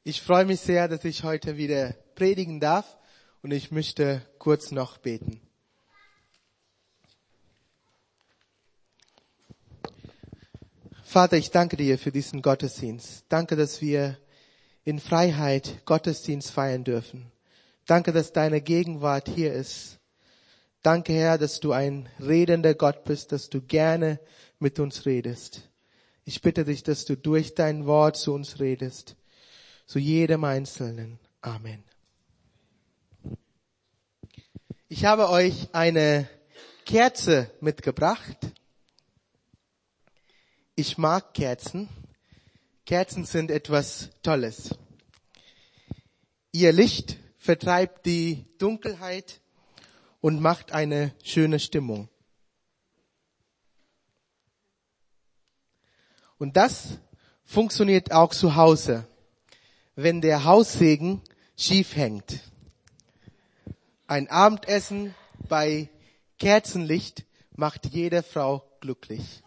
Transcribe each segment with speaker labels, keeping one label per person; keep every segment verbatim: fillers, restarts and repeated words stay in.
Speaker 1: Ich freue mich sehr, dass ich heute wieder predigen darf und ich möchte kurz noch beten. Vater, ich danke dir für diesen Gottesdienst. Danke, dass wir in Freiheit Gottesdienst feiern dürfen. Danke, dass deine Gegenwart hier ist. Danke, Herr, dass du ein redender Gott bist, dass du gerne mit uns redest. Ich bitte dich, dass du durch dein Wort zu uns redest. Zu jedem Einzelnen. Amen. Ich habe euch eine Kerze mitgebracht. Ich mag Kerzen. Kerzen sind etwas Tolles. Ihr Licht vertreibt die Dunkelheit und macht eine schöne Stimmung. Und das funktioniert auch zu Hause, wenn der Haussegen schief hängt. Ein Abendessen bei Kerzenlicht macht jede Frau glücklich.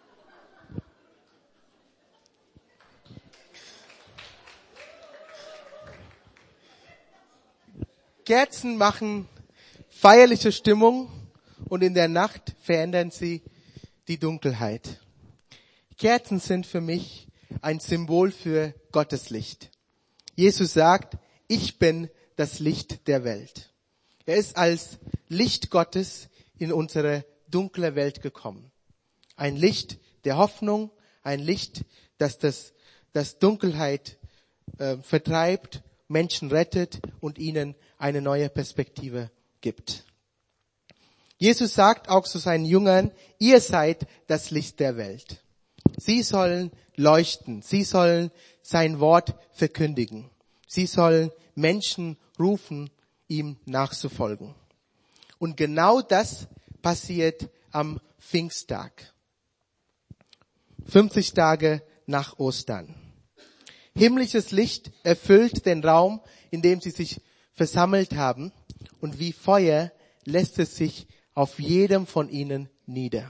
Speaker 1: Kerzen machen feierliche Stimmung und in der Nacht verändern sie die Dunkelheit. Kerzen sind für mich ein Symbol für Gottes Licht. Jesus sagt, ich bin das Licht der Welt. Er ist als Licht Gottes in unsere dunkle Welt gekommen. Ein Licht der Hoffnung, ein Licht, das das, das Dunkelheit äh, vertreibt, Menschen rettet und ihnen eine neue Perspektive gibt. Jesus sagt auch zu seinen Jüngern, ihr seid das Licht der Welt. Sie sollen leuchten, sie sollen sein Wort verkündigen. Sie sollen Menschen rufen, ihm nachzufolgen. Und genau das passiert am Pfingsttag. fünfzig Tage nach Ostern. Himmlisches Licht erfüllt den Raum, in dem sie sich versammelt haben, und wie Feuer lässt es sich auf jedem von ihnen nieder.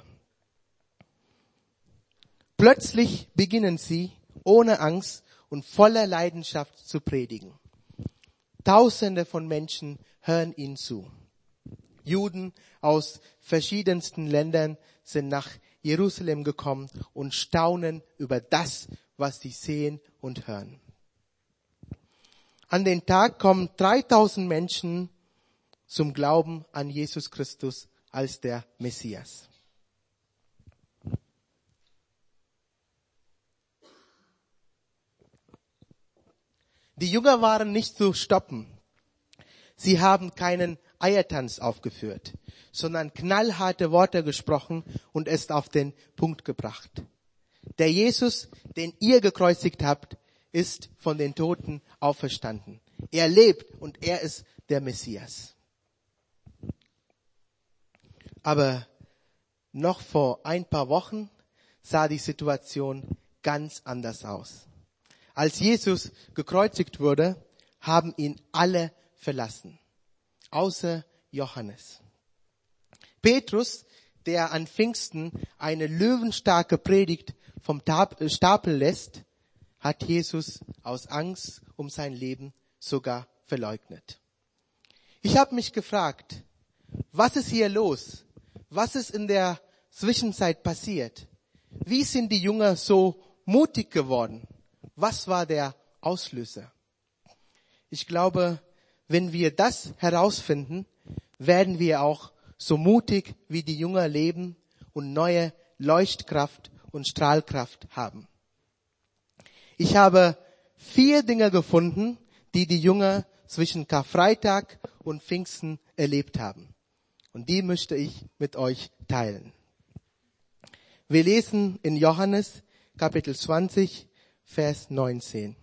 Speaker 1: Plötzlich beginnen sie, ohne Angst und voller Leidenschaft zu predigen. Tausende von Menschen hören ihnen zu. Juden aus verschiedensten Ländern sind nach Jerusalem gekommen und staunen über das, was sie sehen und hören. An den Tag kommen dreitausend Menschen zum Glauben an Jesus Christus als der Messias. Die Jünger waren nicht zu stoppen. Sie haben keinen Eiertanz aufgeführt, sondern knallharte Worte gesprochen und es auf den Punkt gebracht. Der Jesus, den ihr gekreuzigt habt, ist von den Toten auferstanden. Er lebt und er ist der Messias. Aber noch vor ein paar Wochen sah die Situation ganz anders aus. Als Jesus gekreuzigt wurde, haben ihn alle verlassen, außer Johannes. Petrus, der an Pfingsten eine löwenstarke Predigt vom Stapel lässt, hat Jesus aus Angst um sein Leben sogar verleugnet. Ich habe mich gefragt, was ist hier los? Was ist in der Zwischenzeit passiert? Wie sind die Jünger so mutig geworden? Was war der Auslöser? Ich glaube, wenn wir das herausfinden, werden wir auch so mutig wie die Jünger leben und neue Leuchtkraft und Strahlkraft haben. Ich habe vier Dinge gefunden, die die Jünger zwischen Karfreitag und Pfingsten erlebt haben. Und die möchte ich mit euch teilen. Wir lesen in Johannes Kapitel zwanzig, Vers neunzehn.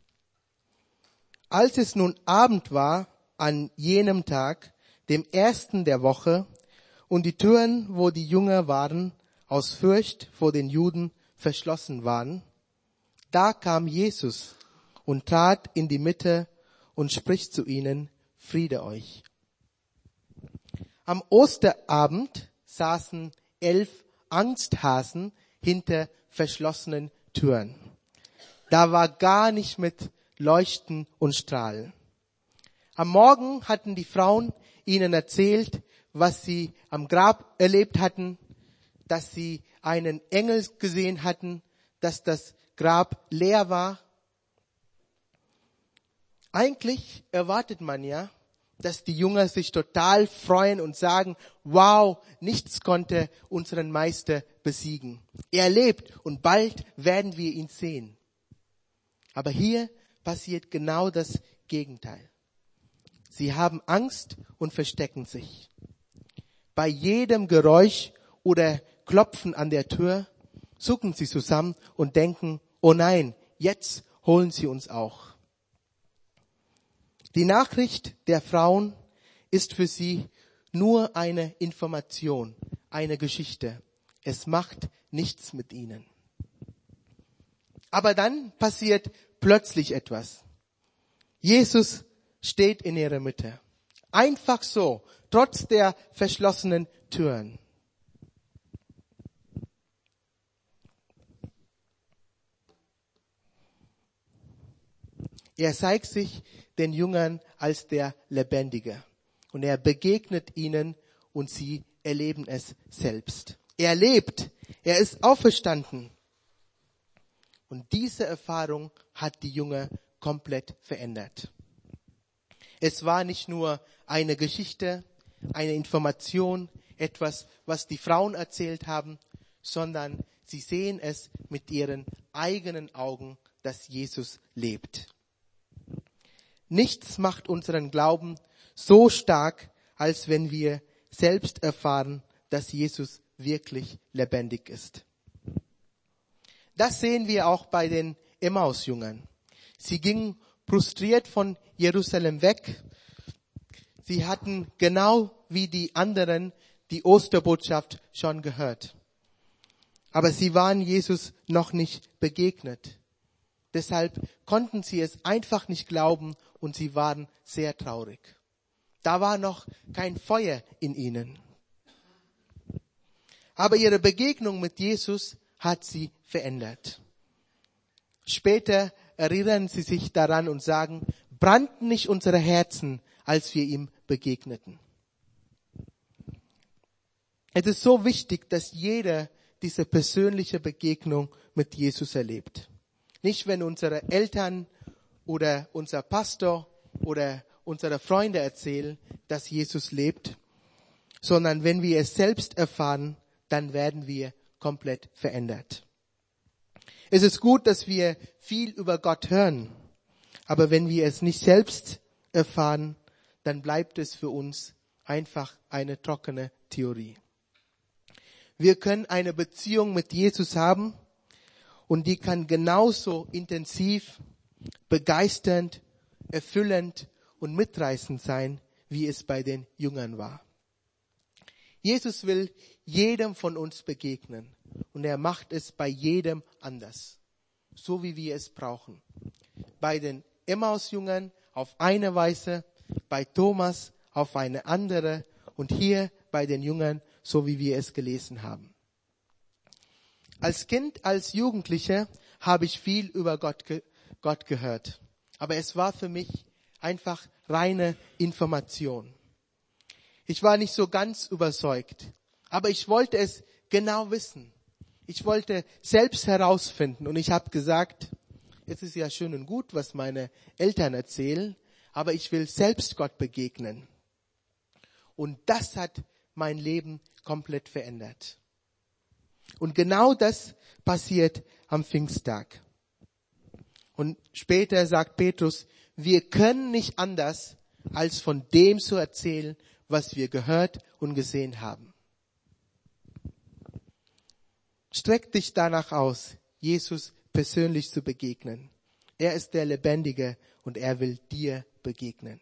Speaker 1: Als es nun Abend war an jenem Tag, dem ersten der Woche, und die Türen, wo die Jünger waren, aus Furcht vor den Juden verschlossen waren, da kam Jesus und trat in die Mitte und spricht zu ihnen, Friede euch. Am Osterabend saßen elf Angsthasen hinter verschlossenen Türen. Da war gar nicht mit leuchten und strahlen. Am Morgen hatten die Frauen ihnen erzählt, was sie am Grab erlebt hatten, dass sie einen Engel gesehen hatten, dass das Grab leer war. Eigentlich erwartet man ja, dass die Jünger sich total freuen und sagen, wow, nichts konnte unseren Meister besiegen. Er lebt und bald werden wir ihn sehen. Aber hier passiert genau das Gegenteil. Sie haben Angst und verstecken sich. Bei jedem Geräusch oder Klopfen an der Tür zucken sie zusammen und denken, oh nein, jetzt holen sie uns auch. Die Nachricht der Frauen ist für sie nur eine Information, eine Geschichte. Es macht nichts mit ihnen. Aber dann passiert plötzlich etwas. Jesus steht in ihrer Mitte. Einfach so, trotz der verschlossenen Türen. Er zeigt sich den Jüngern als der Lebendige. Und er begegnet ihnen und sie erleben es selbst. Er lebt, er ist auferstanden. Und diese Erfahrung hat die Jünger komplett verändert. Es war nicht nur eine Geschichte, eine Information, etwas, was die Frauen erzählt haben, sondern sie sehen es mit ihren eigenen Augen, dass Jesus lebt. Nichts macht unseren Glauben so stark, als wenn wir selbst erfahren, dass Jesus wirklich lebendig ist. Das sehen wir auch bei den Emmaus-Jüngern. Sie gingen frustriert von Jerusalem weg. Sie hatten genau wie die anderen die Osterbotschaft schon gehört. Aber sie waren Jesus noch nicht begegnet. Deshalb konnten sie es einfach nicht glauben und sie waren sehr traurig. Da war noch kein Feuer in ihnen. Aber ihre Begegnung mit Jesus hat sie verändert. Später erinnern sie sich daran und sagen, brannten nicht unsere Herzen, als wir ihm begegneten. Es ist so wichtig, dass jeder diese persönliche Begegnung mit Jesus erlebt. Nicht, wenn unsere Eltern oder unser Pastor oder unsere Freunde erzählen, dass Jesus lebt, sondern wenn wir es selbst erfahren, dann werden wir komplett verändert. Es ist gut, dass wir viel über Gott hören, aber wenn wir es nicht selbst erfahren, dann bleibt es für uns einfach eine trockene Theorie. Wir können eine Beziehung mit Jesus haben und die kann genauso intensiv, begeisternd, erfüllend und mitreißend sein, wie es bei den Jüngern war. Jesus will jedem von uns begegnen und er macht es bei jedem anders, so wie wir es brauchen. Bei den Emmaus-Jüngern auf eine Weise, bei Thomas auf eine andere und hier bei den Jüngern, so wie wir es gelesen haben. Als Kind, als Jugendlicher habe ich viel über Gott, ge- Gott gehört. Aber es war für mich einfach reine Information. Ich war nicht so ganz überzeugt. Aber ich wollte es genau wissen. Ich wollte selbst herausfinden. Und ich habe gesagt, es ist ja schön und gut, was meine Eltern erzählen, aber ich will selbst Gott begegnen. Und das hat mein Leben komplett verändert. Und genau das passiert am Pfingsttag. Und später sagt Petrus, wir können nicht anders, als von dem zu erzählen, was wir gehört und gesehen haben. Streck dich danach aus, Jesus persönlich zu begegnen. Er ist der Lebendige und er will dir begegnen.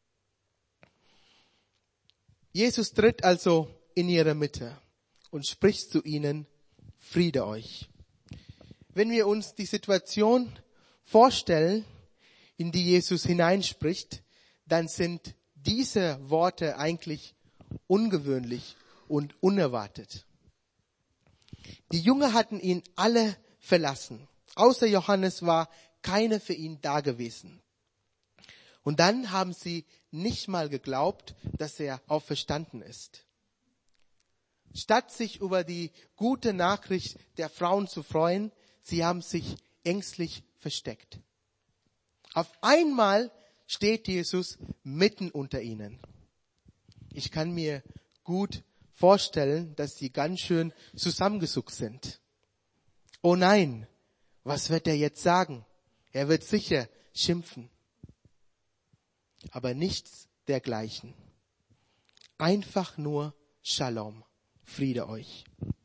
Speaker 1: Jesus tritt also in ihre Mitte und spricht zu ihnen, Friede euch. Wenn wir uns die Situation vorstellen, in die Jesus hineinspricht, dann sind diese Worte eigentlich ungewöhnlich und unerwartet. Die Jünger hatten ihn alle verlassen. Außer Johannes war keiner für ihn da gewesen. Und dann haben sie nicht mal geglaubt, dass er auferstanden ist. Statt sich über die gute Nachricht der Frauen zu freuen, sie haben sich ängstlich versteckt. Auf einmal steht Jesus mitten unter ihnen. Ich kann mir gut vorstellen, dass sie ganz schön zusammengezuckt sind. Oh nein, was wird er jetzt sagen? Er wird sicher schimpfen. Aber nichts dergleichen. Einfach nur Shalom, Friede euch.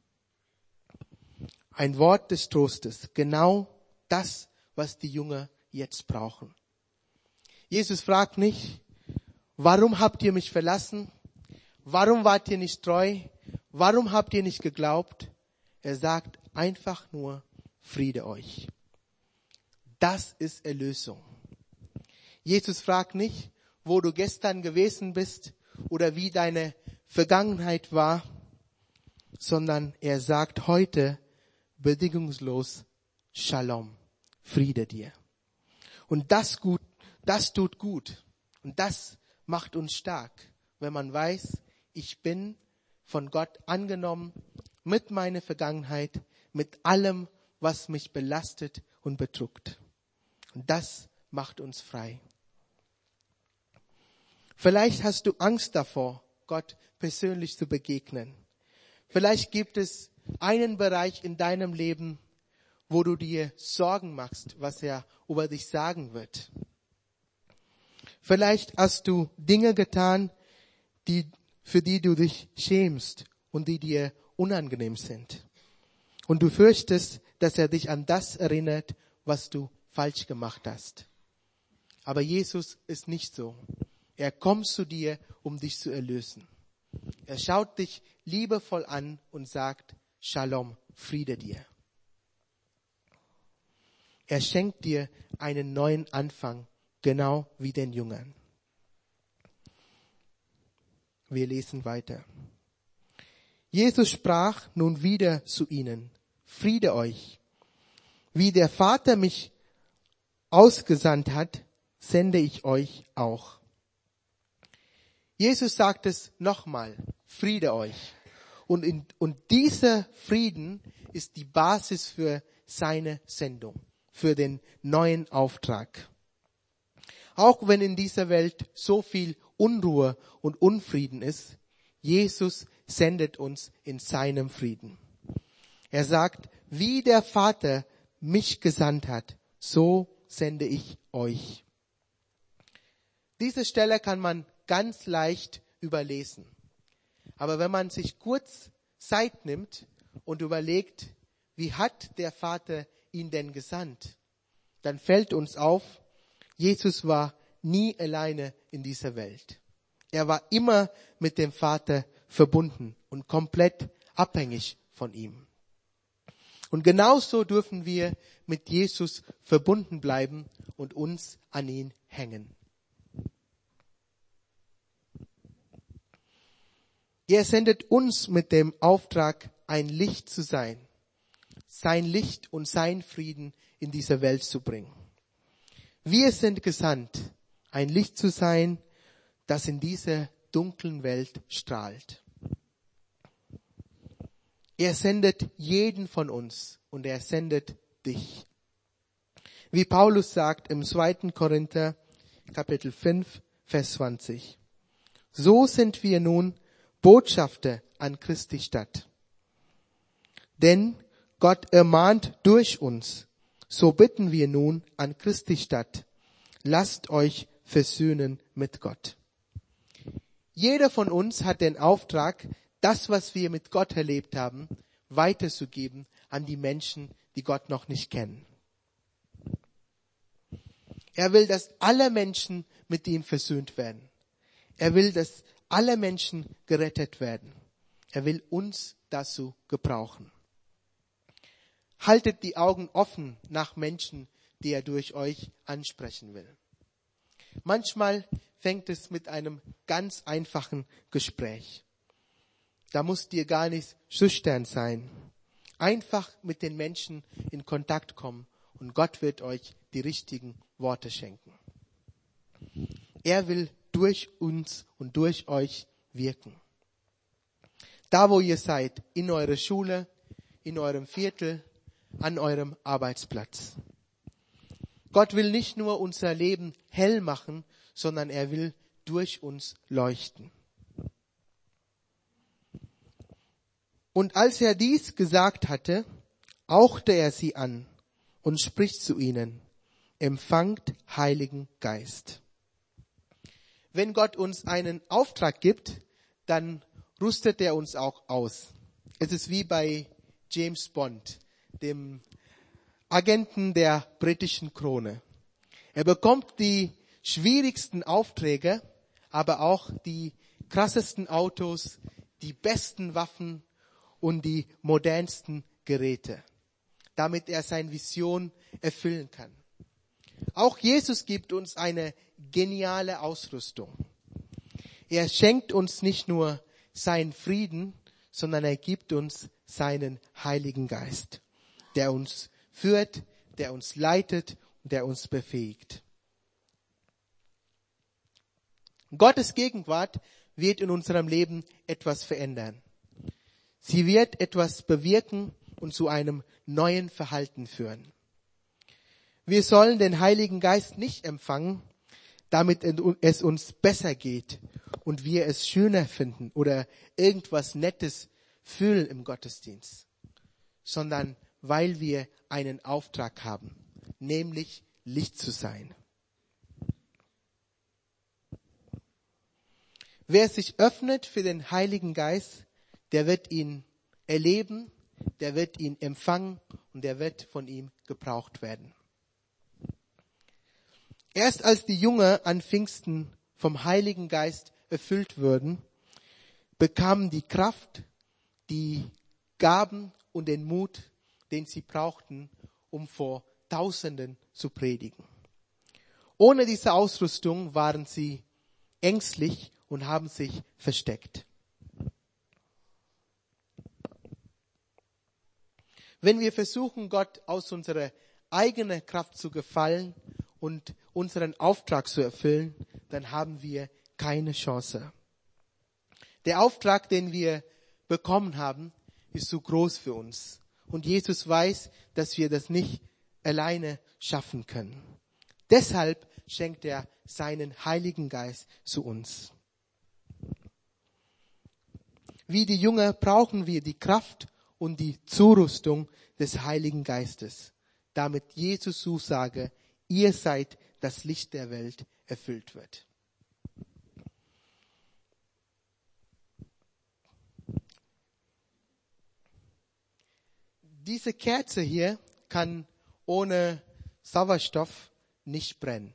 Speaker 1: Ein Wort des Trostes, genau das, was die Jünger jetzt brauchen. Jesus fragt nicht, warum habt ihr mich verlassen? Warum wart ihr nicht treu? Warum habt ihr nicht geglaubt? Er sagt einfach nur, Friede euch. Das ist Erlösung. Jesus fragt nicht, wo du gestern gewesen bist oder wie deine Vergangenheit war, sondern er sagt heute bedingungslos Shalom, Friede dir. Und das gut, das tut gut und das macht uns stark, wenn man weiß, ich bin von Gott angenommen mit meiner Vergangenheit, mit allem, was mich belastet und bedrückt. Und das macht uns frei. Vielleicht hast du Angst davor, Gott persönlich zu begegnen. Vielleicht gibt es einen Bereich in deinem Leben, wo du dir Sorgen machst, was er über dich sagen wird. Vielleicht hast du Dinge getan, die, für die du dich schämst und die dir unangenehm sind. Und du fürchtest, dass er dich an das erinnert, was du falsch gemacht hast. Aber Jesus ist nicht so. Er kommt zu dir, um dich zu erlösen. Er schaut dich liebevoll an und sagt, Shalom, Friede dir. Er schenkt dir einen neuen Anfang, genau wie den Jüngern. Wir lesen weiter. Jesus sprach nun wieder zu ihnen, Friede euch. Wie der Vater mich ausgesandt hat, sende ich euch auch. Jesus sagt es nochmal, Friede euch. Und, in, und dieser Frieden ist die Basis für seine Sendung, für den neuen Auftrag. Auch wenn in dieser Welt so viel Unruhe und Unfrieden ist, Jesus sendet uns in seinem Frieden. Er sagt, wie der Vater mich gesandt hat, so sende ich euch. Diese Stelle kann man ganz leicht überlesen. Aber wenn man sich kurz Zeit nimmt und überlegt, wie hat der Vater ihn denn gesandt, dann fällt uns auf, Jesus war nie alleine in dieser Welt. Er war immer mit dem Vater verbunden und komplett abhängig von ihm. Und genauso dürfen wir mit Jesus verbunden bleiben und uns an ihn hängen. Er sendet uns mit dem Auftrag, ein Licht zu sein, sein Licht und sein Frieden in diese Welt zu bringen. Wir sind gesandt, ein Licht zu sein, das in dieser dunklen Welt strahlt. Er sendet jeden von uns und er sendet dich. Wie Paulus sagt im zweiten Korinther Kapitel fünf, Vers zwanzig. So sind wir nun Botschafter an Christi Stadt. Denn Gott ermahnt durch uns. So bitten wir nun an Christi Stadt. Lasst euch versöhnen mit Gott. Jeder von uns hat den Auftrag, das, was wir mit Gott erlebt haben, weiterzugeben an die Menschen, die Gott noch nicht kennen. Er will, dass alle Menschen mit ihm versöhnt werden. Er will, dass alle Menschen gerettet werden. Er will uns dazu gebrauchen. Haltet die Augen offen nach Menschen, die er durch euch ansprechen will. Manchmal fängt es mit einem ganz einfachen Gespräch. Da musst ihr gar nicht schüchtern sein. Einfach mit den Menschen in Kontakt kommen und Gott wird euch die richtigen Worte schenken. Er will durch uns und durch euch wirken. Da, wo ihr seid, in eurer Schule, in eurem Viertel, an eurem Arbeitsplatz. Gott will nicht nur unser Leben hell machen, sondern er will durch uns leuchten. Und als er dies gesagt hatte, hauchte er sie an und spricht zu ihnen: Empfangt Heiligen Geist. Wenn Gott uns einen Auftrag gibt, dann rüstet er uns auch aus. Es ist wie bei James Bond, dem Agenten der britischen Krone. Er bekommt die schwierigsten Aufträge, aber auch die krassesten Autos, die besten Waffen und die modernsten Geräte, damit er seine Vision erfüllen kann. Auch Jesus gibt uns eine geniale Ausrüstung. Er schenkt uns nicht nur seinen Frieden, sondern er gibt uns seinen Heiligen Geist, der uns führt, der uns leitet und der uns befähigt. Gottes Gegenwart wird in unserem Leben etwas verändern. Sie wird etwas bewirken und zu einem neuen Verhalten führen. Wir sollen den Heiligen Geist nicht empfangen, damit es uns besser geht und wir es schöner finden oder irgendwas Nettes fühlen im Gottesdienst, sondern weil wir einen Auftrag haben, nämlich Licht zu sein. Wer sich öffnet für den Heiligen Geist, der wird ihn erleben, der wird ihn empfangen und der wird von ihm gebraucht werden. Erst als die Jünger an Pfingsten vom Heiligen Geist erfüllt wurden, bekamen die Kraft, die Gaben und den Mut, den sie brauchten, um vor Tausenden zu predigen. Ohne diese Ausrüstung waren sie ängstlich und haben sich versteckt. Wenn wir versuchen, Gott aus unserer eigenen Kraft zu gefallen und unseren Auftrag zu erfüllen, dann haben wir keine Chance. Der Auftrag, den wir bekommen haben, ist zu groß für uns. Und Jesus weiß, dass wir das nicht alleine schaffen können. Deshalb schenkt er seinen Heiligen Geist zu uns. Wie die Jünger brauchen wir die Kraft und die Zurüstung des Heiligen Geistes, damit Jesus Zusage, ihr seid das Licht der Welt, erfüllt wird. Diese Kerze hier kann ohne Sauerstoff nicht brennen.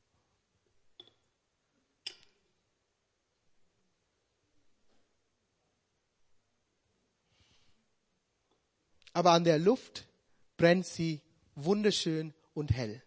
Speaker 1: Aber an der Luft brennt sie wunderschön und hell.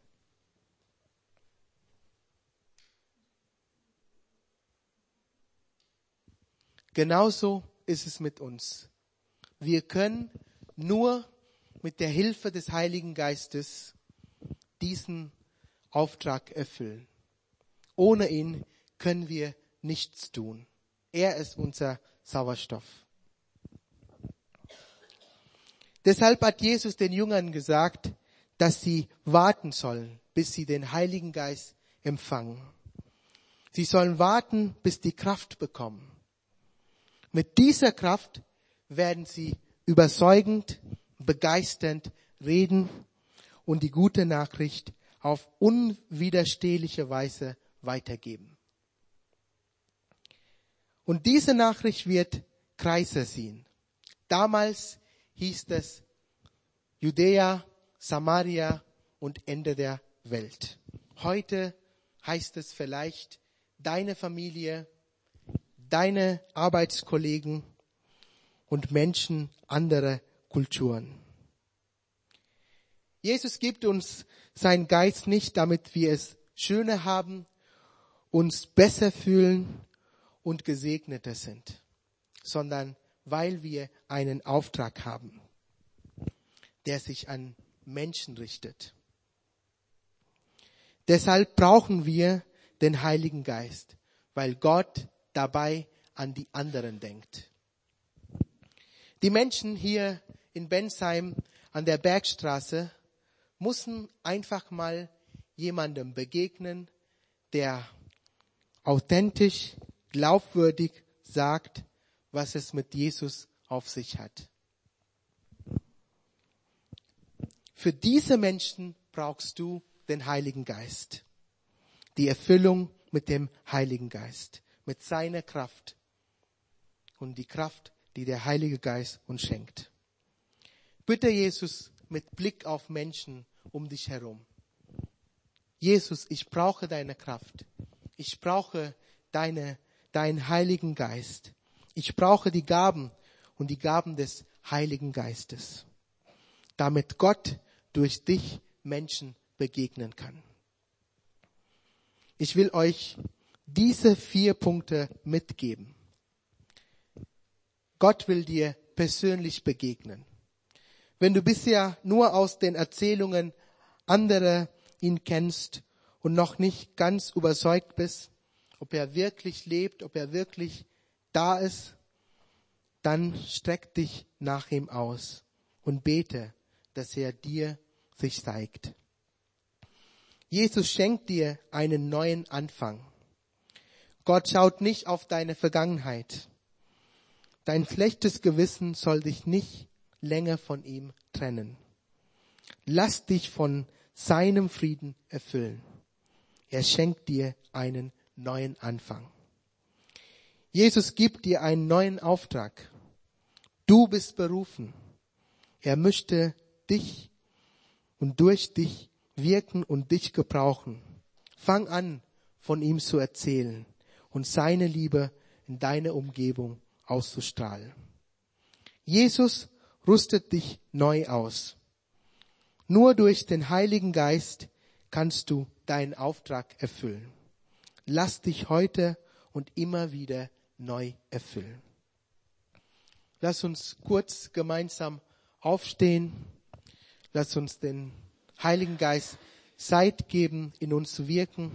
Speaker 1: Genauso ist es mit uns. Wir können nur mit der Hilfe des Heiligen Geistes diesen Auftrag erfüllen. Ohne ihn können wir nichts tun. Er ist unser Sauerstoff. Deshalb hat Jesus den Jüngern gesagt, dass sie warten sollen, bis sie den Heiligen Geist empfangen. Sie sollen warten, bis die Kraft bekommen. Mit dieser Kraft werden sie überzeugend, begeisternd reden und die gute Nachricht auf unwiderstehliche Weise weitergeben. Und diese Nachricht wird Kreise ziehen. Damals hieß es Judäa, Samaria und Ende der Welt. Heute heißt es vielleicht deine Familie, deine Arbeitskollegen und Menschen anderer Kulturen. Jesus gibt uns seinen Geist nicht, damit wir es schöner haben, uns besser fühlen und gesegneter sind, sondern weil wir einen Auftrag haben, der sich an Menschen richtet. Deshalb brauchen wir den Heiligen Geist, weil Gott dabei an die anderen denkt. Die Menschen hier in Bensheim an der Bergstraße mussten einfach mal jemandem begegnen, der authentisch, glaubwürdig sagt, was es mit Jesus auf sich hat. Für diese Menschen brauchst du den Heiligen Geist. Die Erfüllung mit dem Heiligen Geist, mit seiner Kraft und die Kraft, die der Heilige Geist uns schenkt. Bitte Jesus mit Blick auf Menschen um dich herum. Jesus, ich brauche deine Kraft. Ich brauche deine, deinen Heiligen Geist. Ich brauche die Gaben und die Gaben des Heiligen Geistes, damit Gott durch dich Menschen begegnen kann. Ich will euch diese vier Punkte mitgeben. Gott will dir persönlich begegnen. Wenn du bisher nur aus den Erzählungen anderer ihn kennst und noch nicht ganz überzeugt bist, ob er wirklich lebt, ob er wirklich da ist, dann streck dich nach ihm aus und bete, dass er dir sich zeigt. Jesus schenkt dir einen neuen Anfang. Gott schaut nicht auf deine Vergangenheit. Dein schlechtes Gewissen soll dich nicht länger von ihm trennen. Lass dich von seinem Frieden erfüllen. Er schenkt dir einen neuen Anfang. Jesus gibt dir einen neuen Auftrag. Du bist berufen. Er möchte dich und durch dich wirken und dich gebrauchen. Fang an, von ihm zu erzählen und seine Liebe in deine Umgebung auszustrahlen. Jesus rüstet dich neu aus. Nur durch den Heiligen Geist kannst du deinen Auftrag erfüllen. Lass dich heute und immer wieder neu erfüllen. Lass uns kurz gemeinsam aufstehen. Lass uns den Heiligen Geist Zeit geben, in uns zu wirken.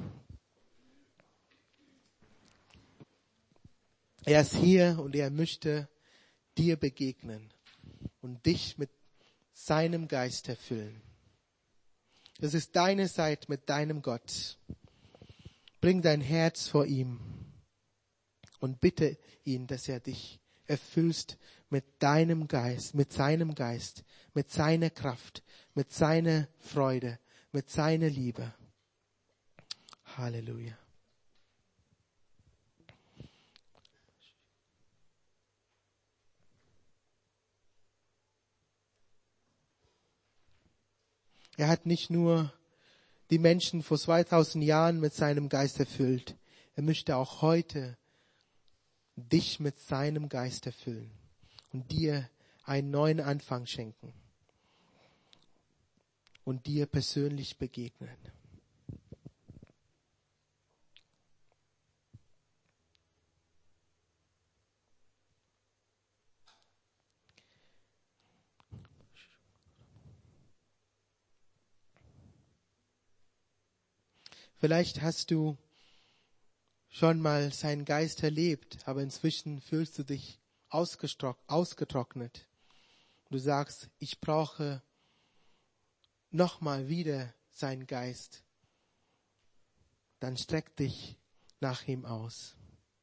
Speaker 1: Er ist hier und er möchte dir begegnen und dich mit seinem Geist erfüllen. Das ist deine Zeit mit deinem Gott. Bring dein Herz vor ihm und bitte ihn, dass er dich erfüllst mit deinem Geist, mit seinem Geist, mit seiner Kraft, mit seiner Freude, mit seiner Liebe. Halleluja. Er hat nicht nur die Menschen vor zweitausend Jahren mit seinem Geist erfüllt. Er möchte auch heute dich mit seinem Geist erfüllen und dir einen neuen Anfang schenken und dir persönlich begegnen. Vielleicht hast du schon mal seinen Geist erlebt, aber inzwischen fühlst du dich ausgetrocknet. Du sagst, ich brauche nochmal wieder seinen Geist. Dann streck dich nach ihm aus.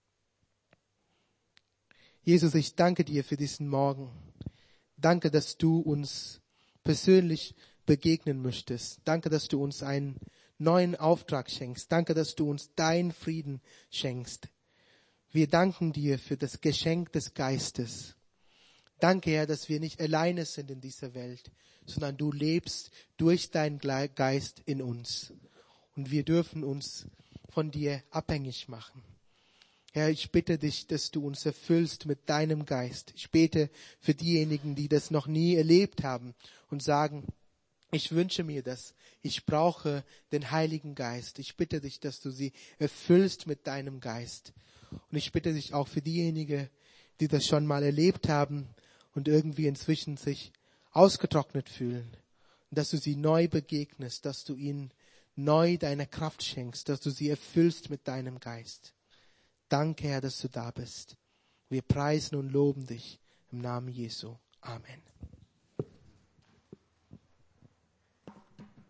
Speaker 1: Jesus, ich danke dir für diesen Morgen. Danke, dass du uns persönlich begegnen möchtest. Danke, dass du uns einen neuen Auftrag schenkst. Danke, dass du uns deinen Frieden schenkst. Wir danken dir für das Geschenk des Geistes. Danke, Herr, dass wir nicht alleine sind in dieser Welt, sondern du lebst durch deinen Geist in uns. Und wir dürfen uns von dir abhängig machen. Herr, ich bitte dich, dass du uns erfüllst mit deinem Geist. Ich bete für diejenigen, die das noch nie erlebt haben und sagen, ich wünsche mir das. Ich brauche den Heiligen Geist. Ich bitte dich, dass du sie erfüllst mit deinem Geist. Und ich bitte dich auch für diejenigen, die das schon mal erlebt haben und irgendwie inzwischen sich ausgetrocknet fühlen, dass du sie neu begegnest, dass du ihnen neu deine Kraft schenkst, dass du sie erfüllst mit deinem Geist. Danke, Herr, dass du da bist. Wir preisen und loben dich im Namen Jesu. Amen.